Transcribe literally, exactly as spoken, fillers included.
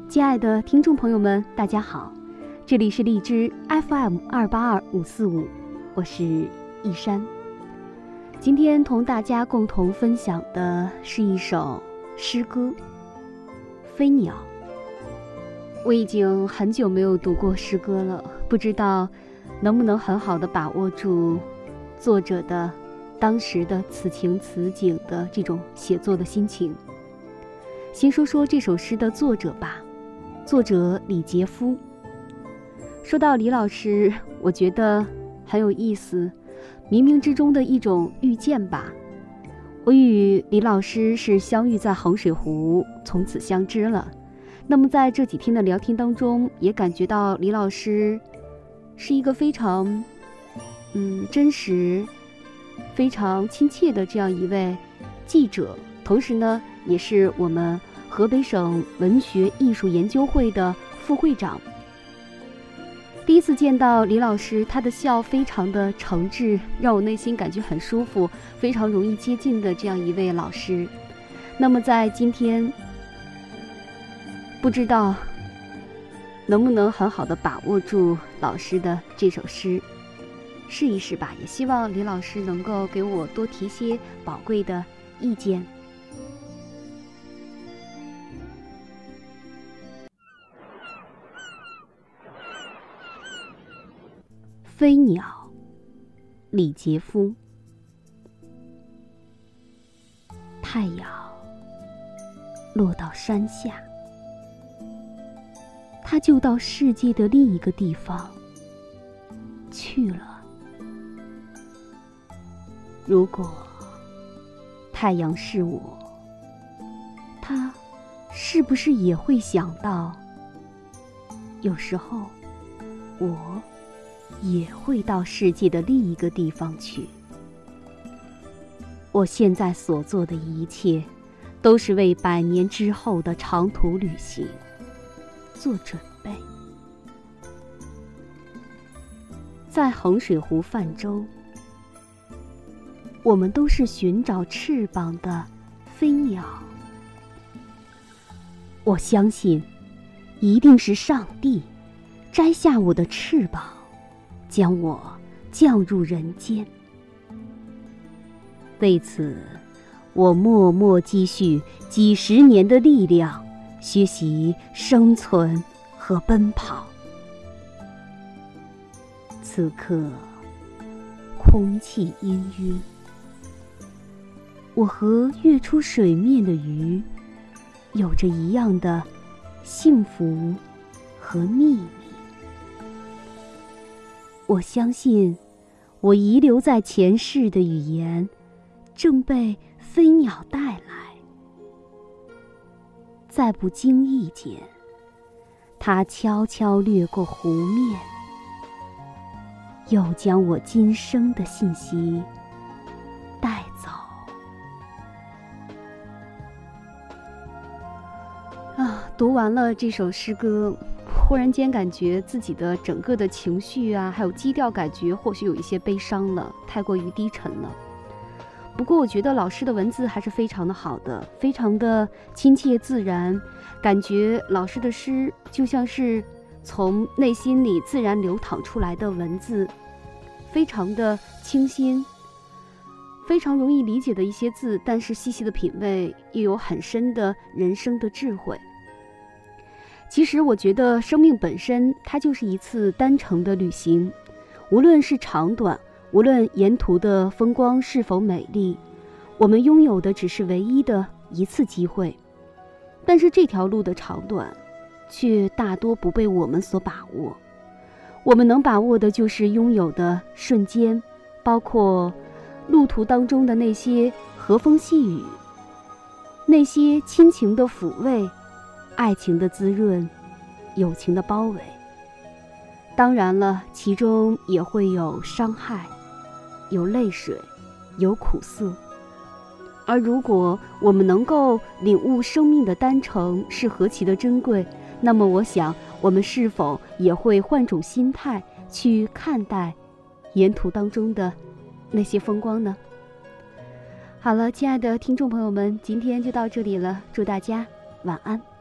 亲爱的听众朋友们，大家好，这里是荔枝 F M 二八二五四五，我是一山。今天同大家共同分享的是一首诗歌《飞鸟》。我已经很久没有读过诗歌了，不知道能不能很好的把握住作者的当时的此情此景的这种写作的心情。先说说这首诗的作者吧，作者李杰夫。说到李老师，我觉得很有意思，冥冥之中的一种遇见吧。我与李老师是相遇在衡水湖，从此相知了。那么在这几天的聊天当中，也感觉到李老师是一个非常嗯真实非常亲切的这样一位记者，同时呢也是我们河北省文学艺术研究会的副会长。第一次见到李老师，他的笑非常的诚挚，让我内心感觉很舒服，非常容易接近的这样一位老师。那么在今天，不知道能不能很好的把握住老师的这首诗，试一试吧，也希望李老师能够给我多提些宝贵的意见。飞鸟，李杰夫。太阳落到山下，它就到世界的另一个地方去了。如果太阳是我，它是不是也会想到，有时候我也会到世界的另一个地方去？我现在所做的一切，都是为百年之后的长途旅行做准备。在衡水湖泛舟，我们都是寻找翅膀的飞鸟。我相信，一定是上帝摘下我的翅膀，将我降入人间。为此，我默默积蓄几十年的力量，学习生存和奔跑。此刻，空气氤氲，我和跃出水面的鱼，有着一样的幸福和秘密。我相信，我遗留在前世的语言，正被飞鸟带来。在不经意间，它悄悄掠过湖面，又将我今生的信息带走。啊，读完了这首诗歌，忽然间感觉自己的整个的情绪啊，还有基调感觉或许有一些悲伤了，太过于低沉了。不过我觉得老师的文字还是非常的好的，非常的亲切自然，感觉老师的诗就像是从内心里自然流淌出来的文字，非常的清新，非常容易理解的一些字，但是细细的品味又有很深的人生的智慧。其实我觉得生命本身它就是一次单程的旅行，无论是长短，无论沿途的风光是否美丽，我们拥有的只是唯一的一次机会。但是这条路的长短却大多不被我们所把握，我们能把握的就是拥有的瞬间，包括路途当中的那些和风细雨，那些亲情的抚慰，爱情的滋润，友情的包围。当然了，其中也会有伤害，有泪水，有苦涩。而如果我们能够领悟生命的单程是何其的珍贵，那么我想我们是否也会换种心态去看待沿途当中的那些风光呢？好了，亲爱的听众朋友们，今天就到这里了，祝大家晚安。